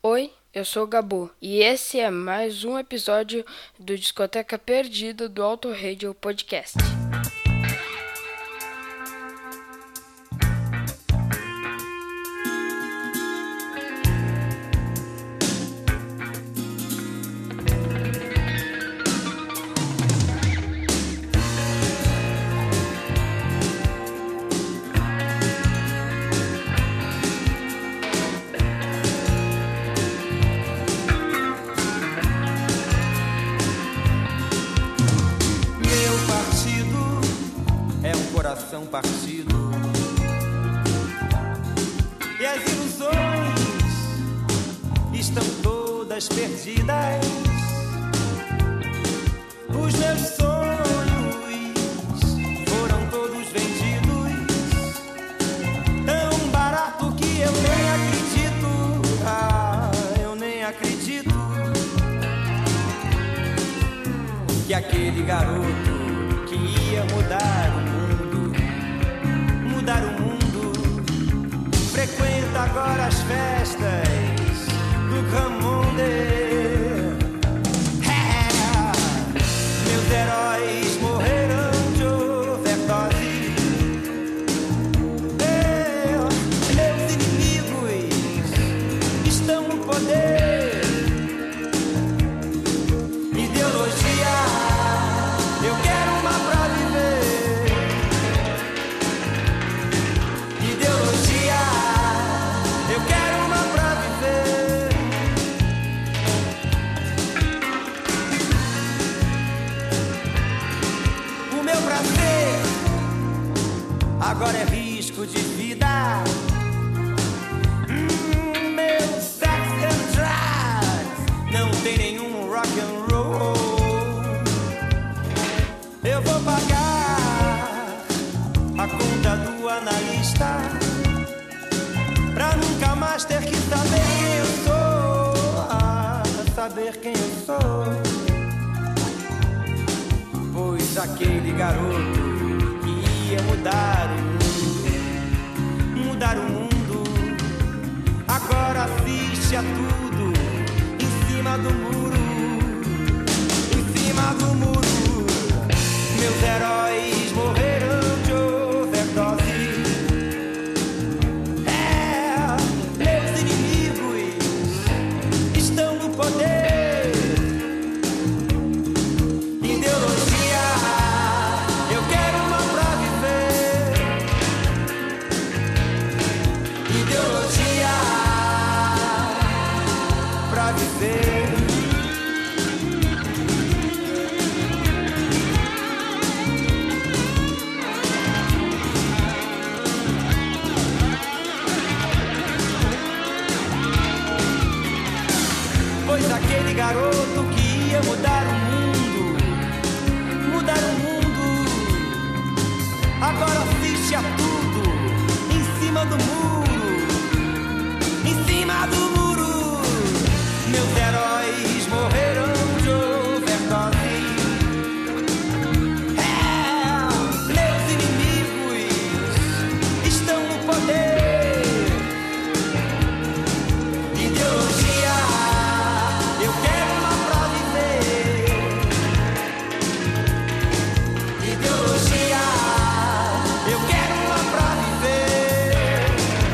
Oi, eu sou o Gabu e esse é mais um episódio do Discoteca Perdida do Auto Radio Podcast. Coração partido e as ilusões estão todas perdidas. Os meus sonhos foram todos vendidos, tão barato que eu nem acredito. Eu nem acredito que aquele garoto que ia mudar o mundo, frequenta agora as festas do Grand Monde. Meus heróis morreram de overdose. Meus inimigos estão no poder. Ideologia, eu quero uma pra viver. Eu quero uma pra viver. O meu prazer agora é risco de vida. Meu sex and drugs não tem nenhum rock and roll. Eu vou pagar a conta do analista pra nunca mais ter que saber quem eu sou. Saber quem eu sou. Pois aquele garoto que ia mudar o mundo, agora assiste a tudo em cima do muro. Em cima do muro. Meus heróis morreram de overdose. Poder, ideologia, eu quero uma pra viver. Ideologia pra viver. Pois aquele garoto que ia mudar o mundo, agora assiste a tudo em cima do muro. Em cima do muro. Meus heróis morreram de overdose. Meus inimigos estão no poder. Ideologia, eu quero uma pra viver. Ideologia, eu quero uma pra viver.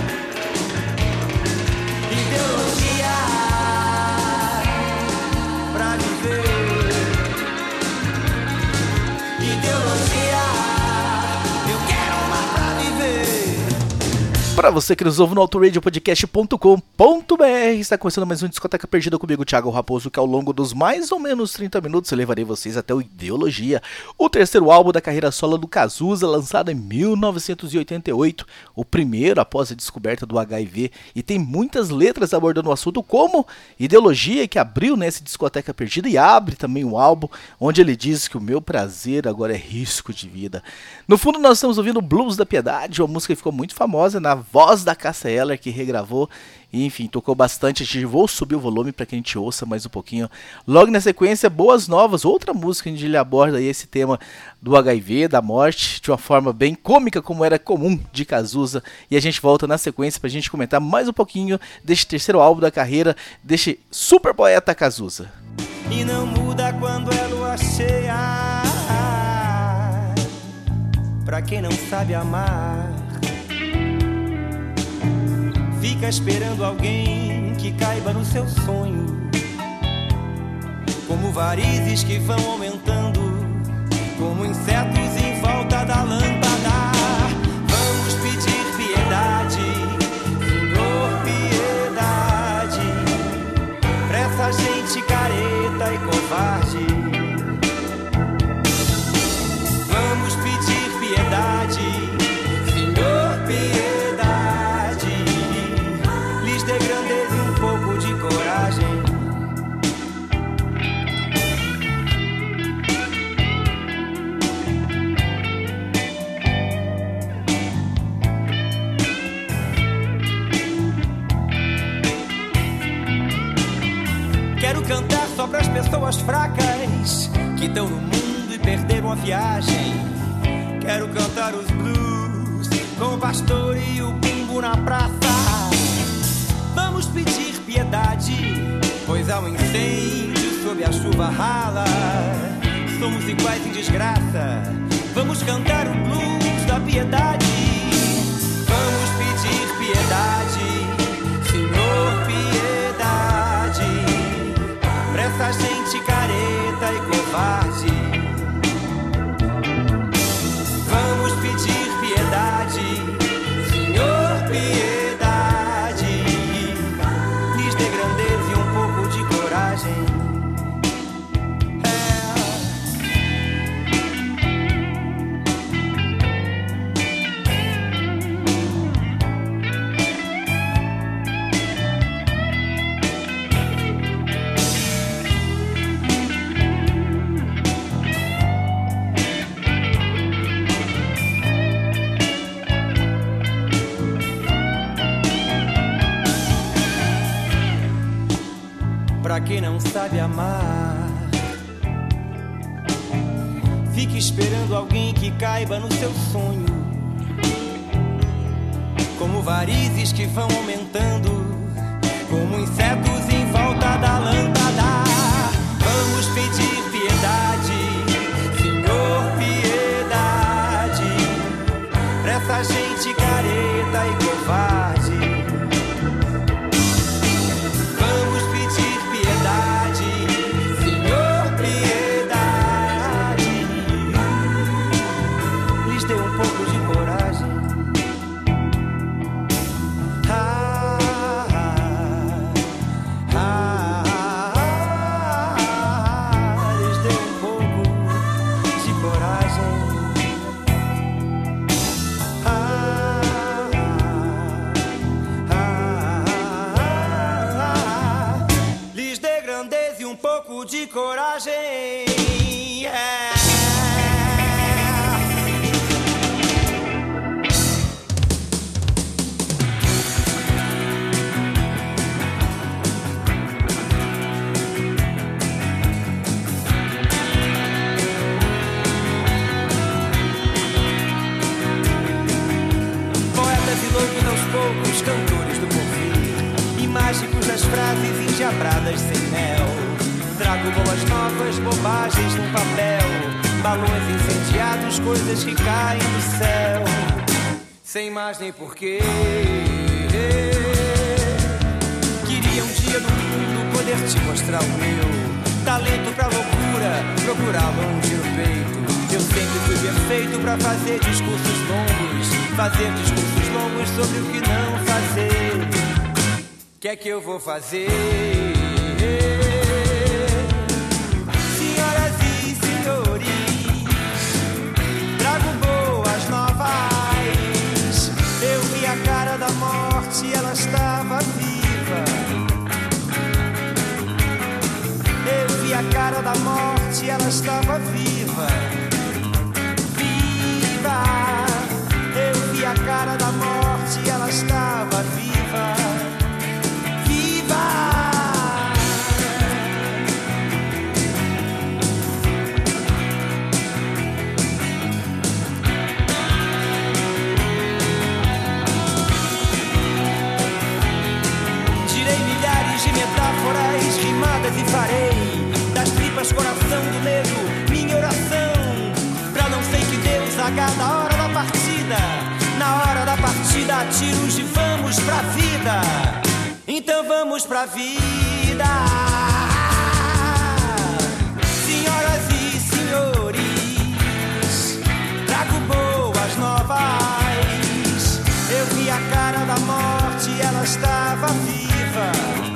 Ideologia pra viver. Ideologia, eu quero uma pra viver. Para você que nos ouve no autoradiopodcast.com.br, está começando mais um Discoteca Perdida comigo, Thiago Raposo, que ao longo dos mais ou menos 30 minutos eu levarei vocês até o Ideologia, o terceiro álbum da carreira solo do Cazuza, lançado em 1988, o primeiro após a descoberta do HIV, e tem muitas letras abordando o assunto, como Ideologia, que abriu nessa Discoteca Perdida e abre também o álbum, onde ele diz que o meu prazer agora é risco de vida. No fundo nós estamos ouvindo Blues da Piedade, uma música que ficou muito famosa na voz da Cássia Eller, que regravou. E, enfim, tocou bastante. Vou subir o volume para que a gente ouça mais um pouquinho. Logo na sequência, Boas Novas, outra música onde ele aborda aí esse tema do HIV, da morte, de uma forma bem cômica, como era comum de Cazuza. E a gente volta na sequência pra gente comentar mais um pouquinho deste terceiro álbum da carreira deste super poeta Cazuza. E não muda quando é lua cheia, pra quem não sabe amar, fica esperando alguém que caiba no seu sonho, como varizes que vão aumentando, como insetos em volta da lâmpada. Vamos pedir piedade, Senhor, piedade, pra essa gente careta e covarde. Vamos pedir piedade, Senhor, piedade, lhes dê grandeza e um pouco de coragem. Quero cantar só pras pessoas fracas que estão no mundo e perderam a viagem. Quero cantar os blues com o pastor e o bumbo na praça. Vamos pedir piedade, pois há um incêndio sob a chuva rala. Somos iguais em desgraça. Vamos cantar o blues da piedade. Vamos pedir piedade, Senhor, piedade, pra essa gente careta e covarde. Vamos pedir piedade, Senhor, piedade, lhes dê grandeza e um pouco de coragem. Pra quem não sabe amar, fique esperando alguém que caiba no seu sonho, como varizes que vão aumentando, como insetos em volta da lâmpada. Vamos pedir piedade, Senhor, piedade, pra essa gente careta e covarde. De coragem, poetas e loucos aos poucos, cantores do porvir, e mágicos nas frases endiabradas sem mel. Trago boas novas, bobagens no papel, balões incendiados, coisas que caem do céu, sem mais nem porquê. Queria um dia no mundo poder te mostrar o meu talento pra loucura, procurar longe no peito. Eu sempre fui perfeito pra fazer discursos longos sobre o que não fazer. Que é que eu vou fazer? Ela estava viva. Eu vi a cara da morte, ela estava viva. Viva. Eu vi a cara da morte, ela estava farei das tripas coração do medo, minha oração, pra não sei que Deus agarra a hora da partida. Na hora da partida atiros e vamos pra vida. Então vamos pra vida. Senhoras e senhores, trago boas novas. Eu vi a cara da morte, ela estava viva.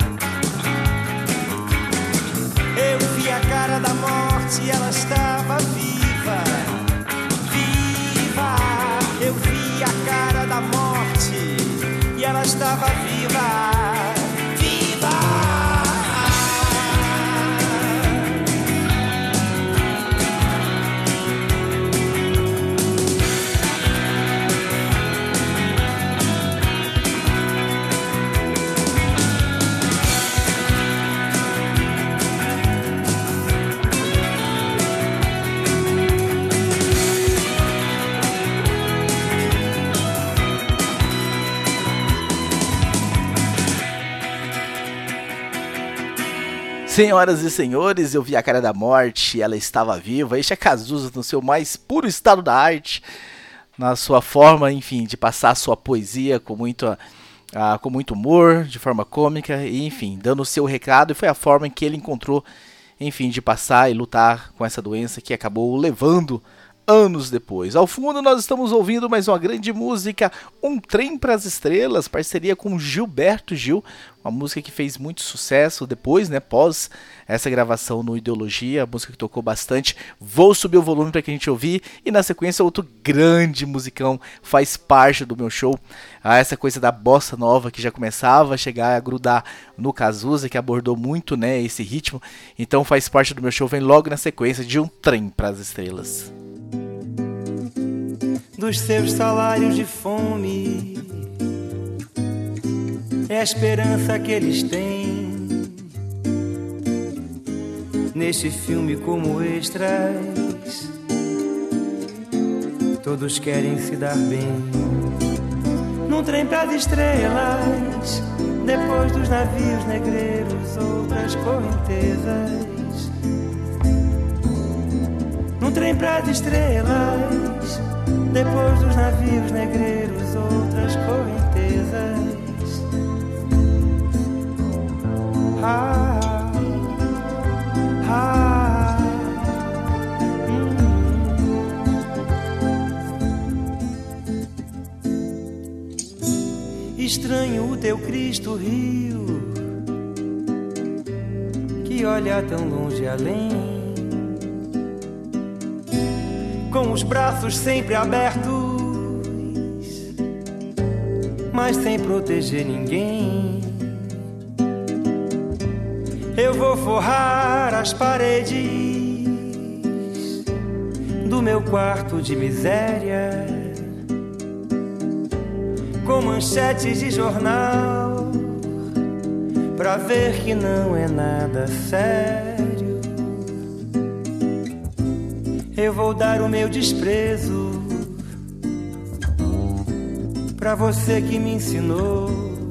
Eu vi a cara da morte, ela estava viva. Viva! Eu vi a cara da morte e ela estava viva. Viva! Senhoras e senhores, eu vi a cara da morte, ela estava viva. Este é Cazuza no seu mais puro estado da arte, na sua forma, enfim, de passar a sua poesia com muito humor, de forma cômica, e enfim, dando o seu recado. E foi a forma em que ele encontrou, enfim, de passar e lutar com essa doença que acabou levando anos depois. Ao fundo nós estamos ouvindo mais uma grande música, Um Trem para as Estrelas, parceria com Gilberto Gil, uma música que fez muito sucesso depois, né, pós essa gravação no Ideologia, a música que tocou bastante. Vou subir o volume para que a gente ouvir, e na sequência outro grande musicão, faz parte do meu show, essa coisa da bossa nova que já começava a chegar a grudar no Cazuza, que abordou muito, né, esse ritmo, então faz parte do meu show, vem logo na sequência de Um Trem para as Estrelas. Dos seus salários de fome é a esperança que eles têm neste filme como extras. Todos querem se dar bem num trem pras estrelas, depois dos navios negreiros, outras correntezas. Num trem pras estrelas, depois dos navios negreiros, outras correntezas. Ah, ah, Estranho o teu Cristo Rio, que olha tão longe além, com os braços sempre abertos, mas sem proteger ninguém. Eu vou forrar as paredes do meu quarto de miséria com manchetes de jornal, pra ver que não é nada sério. Eu vou dar o meu desprezo pra você que me ensinou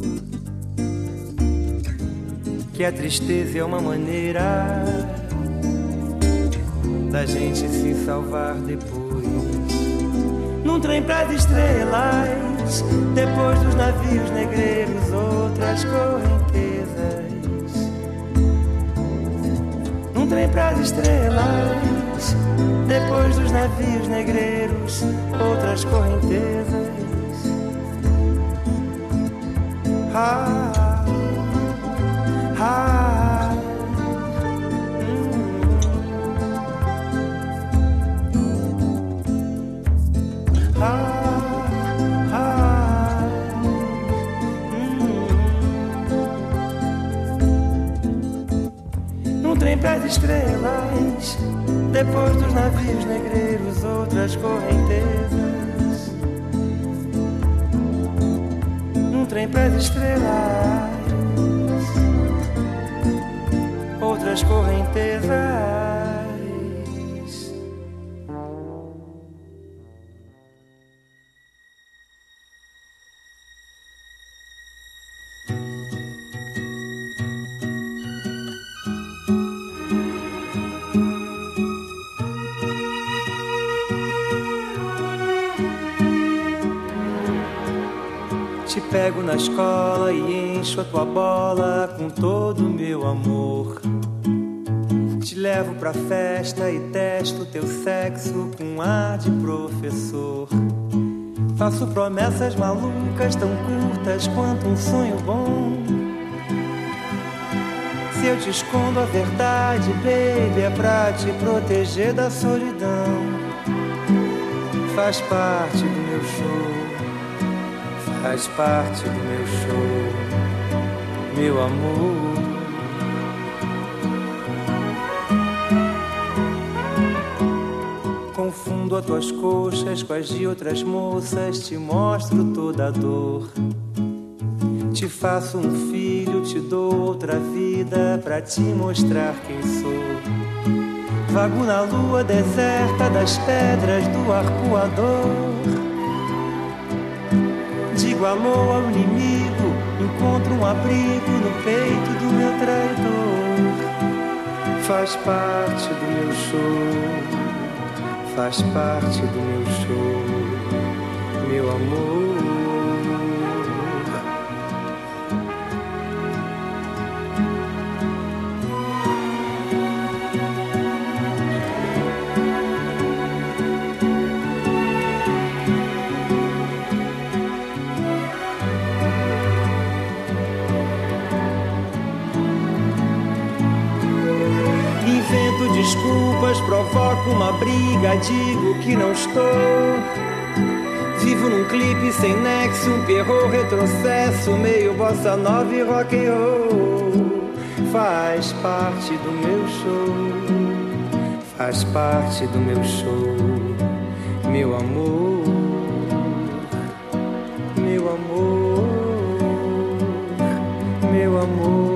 que a tristeza é uma maneira da gente se salvar depois. Num trem pras estrelas, depois dos navios negreiros, outras correntezas. Num trem pras estrelas, depois dos navios negreiros, outras correntezas. Ah, ah, Num trem pras estrelas, depois dos navios negreiros, outras correntezas. Num trem pras estrelas, outras correntezas. pego na escola e encho a tua bola com todo o meu amor. Te levo pra festa e testo teu sexo com ar de professor. Faço promessas malucas tão curtas quanto um sonho bom. Se eu te escondo a verdade, baby, é pra te proteger da solidão. Faz parte do meu show, faz parte do meu show, meu amor. Confundo as tuas coxas com as de outras moças, te mostro toda a dor. Te faço um filho, te dou outra vida pra te mostrar quem sou. Vago na lua deserta das pedras do arpoador. Digo alô ao inimigo, encontro um abrigo no peito do meu traidor. Faz parte do meu show, faz parte do meu show, meu amor. Invento desculpas, provoco uma briga, digo que não estou. Vivo num clipe sem nexo, um perro retrocesso, meio bossa nova e rock and roll. Faz parte do meu show, faz parte do meu show, meu amor, meu amor, meu amor.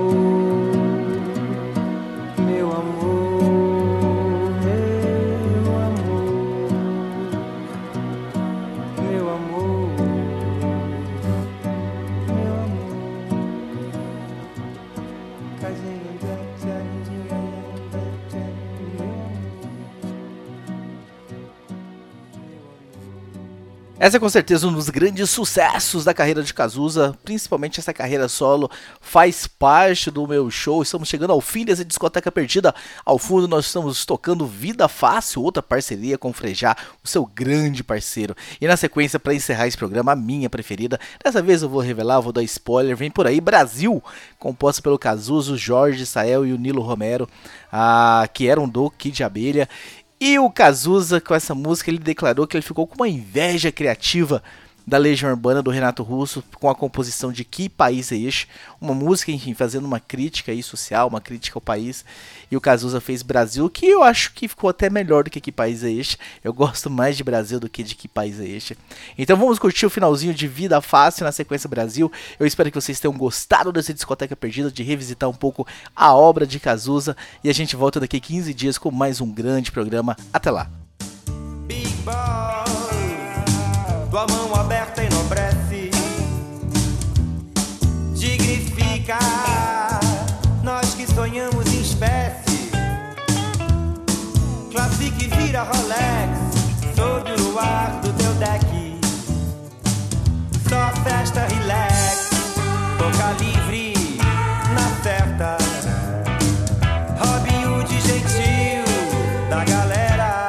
Essa é com certeza um dos grandes sucessos da carreira de Cazuza, principalmente essa carreira solo, faz parte do meu show. Estamos chegando ao fim dessa discoteca perdida. Ao fundo nós estamos tocando Vida Fácil, outra parceria com o Frejá, o seu grande parceiro. E na sequência, para encerrar esse programa, a minha preferida, dessa vez eu vou revelar, vou dar spoiler, vem por aí, Brasil, composta pelo Cazuza, Jorge Sael e o Nilo Romero, que eram do Kid Abelha. E o Cazuza, com essa música, ele declarou que ele ficou com uma inveja criativa da Legião Urbana do Renato Russo, com a composição de Que País é Este? Uma música, enfim, fazendo uma crítica aí social, uma crítica ao país. E o Cazuza fez Brasil, que eu acho que ficou até melhor do que País é Este? Eu gosto mais de Brasil do que de Que País é Este? Então vamos curtir o finalzinho de Vida Fácil na sequência Brasil. Eu espero que vocês tenham gostado dessa discoteca perdida, de revisitar um pouco a obra de Cazuza. E a gente volta daqui 15 dias com mais um grande programa. Até lá! Big Boss, tua mão aberta enobrece, dignifica nós que sonhamos em espécie. Classique e vira Rolex sob o luar do teu deck. Só festa, relax, toca livre na certa. Robin Hood gentil da galera,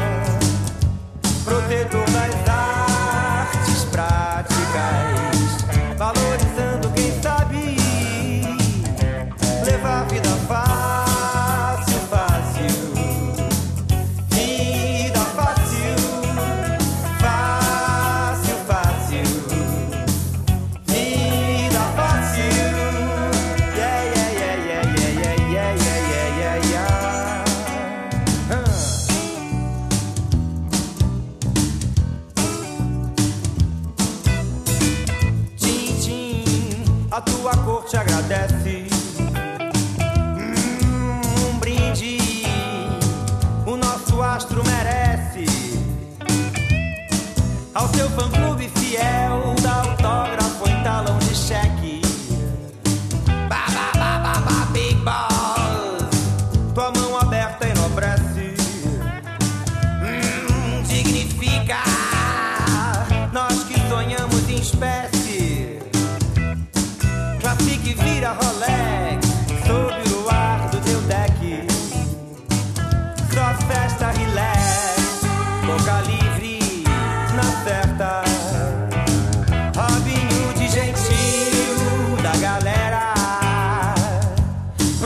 protetor das artes práticas, valorizando quem sabe levar a vida fácil, fácil. Vida fácil, fácil, fácil. Vida fácil.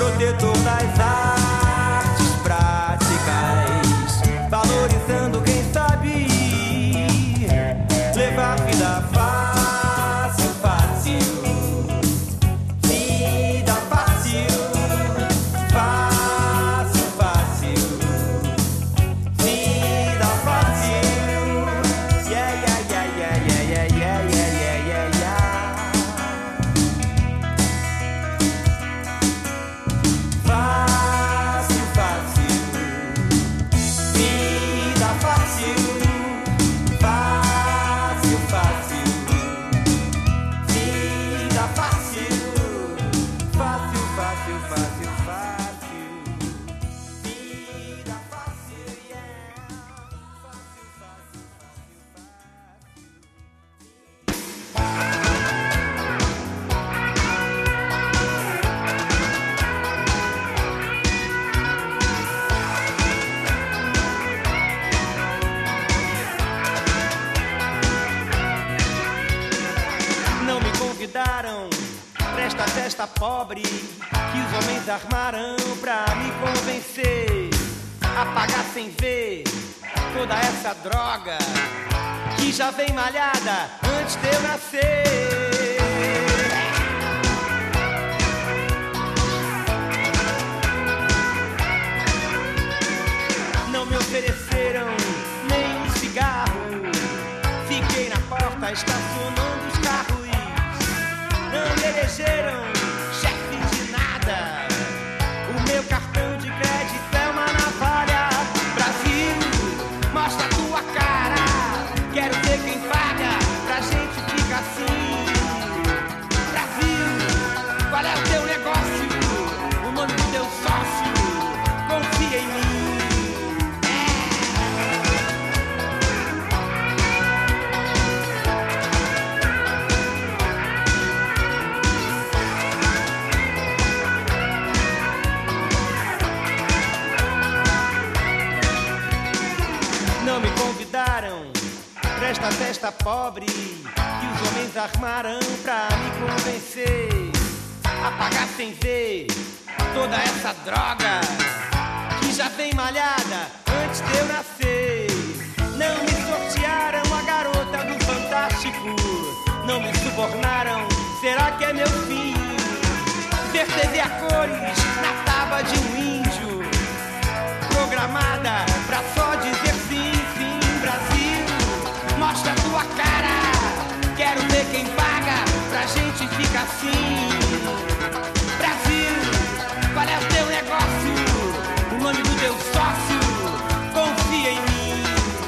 protetor das artes práticas, valorizando quem sabe levar vida fácil, fácil, vida fácil, fácil, fácil, vida fácil, yeah, yeah, yeah, yeah, yeah, yeah, yeah, yeah, yeah, yeah. Fácil, fácil, vida fácil, fácil, fácil, vida fácil, fácil, fácil, fácil, fácil, vida fácil, yeah, fácil, fácil, fácil, fácil. Não me convidaram pra esta festa pobre que os homens armaram pra me convencer a pagar sem ver toda essa droga que já vem malhada antes de eu nascer. Não me ofereceram nem um cigarro, fiquei na porta estacionando os carros. Não me elegeram chefe de nada, o meu cartão de crédito é uma navalha. Brasil, mostra a tua cara, quero ver quem paga pra gente ficar assim. Brasil, qual é o teu negócio, o nome do teu sócio, confia em mim. Não me convidaram pra esta festa pobre que os homens armaram pra me convencer a pagar sem ver toda essa droga que já vem malhada antes de eu nascer. Não me sortearam a garota do Fantástico, não me subornaram, será que é meu fim? Ver TV a cores na tábua de um índio, programada pra só dizer sim, sim. Brasil, mostra a tua cara, quero ver quem paga pra gente ficar assim. Brasil, qual é o teu negócio, o nome do teu sócio, confia em mim.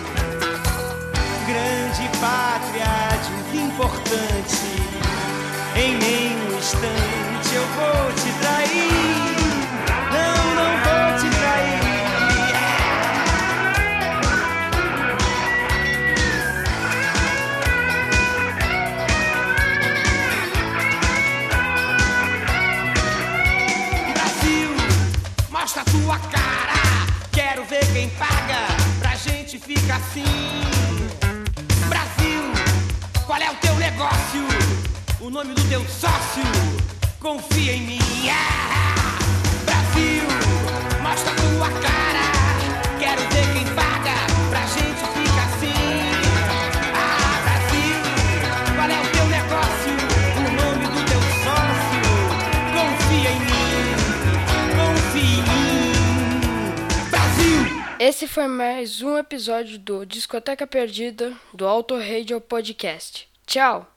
Grande pátria, desimportante, em nenhum instante eu vou te trair. Não, não vou te trair. Mostra a tua cara, quero ver quem paga pra gente ficar assim. Brasil, qual é o teu negócio, o nome do teu sócio, confia em mim. Brasil, mostra a tua cara, quero ver quem paga pra gente ficar assim. Brasil, qual é o teu negócio, o nome do teu sócio, confia em mim. Esse foi mais um episódio do Discoteca Perdida do Auto Radio Podcast. Tchau!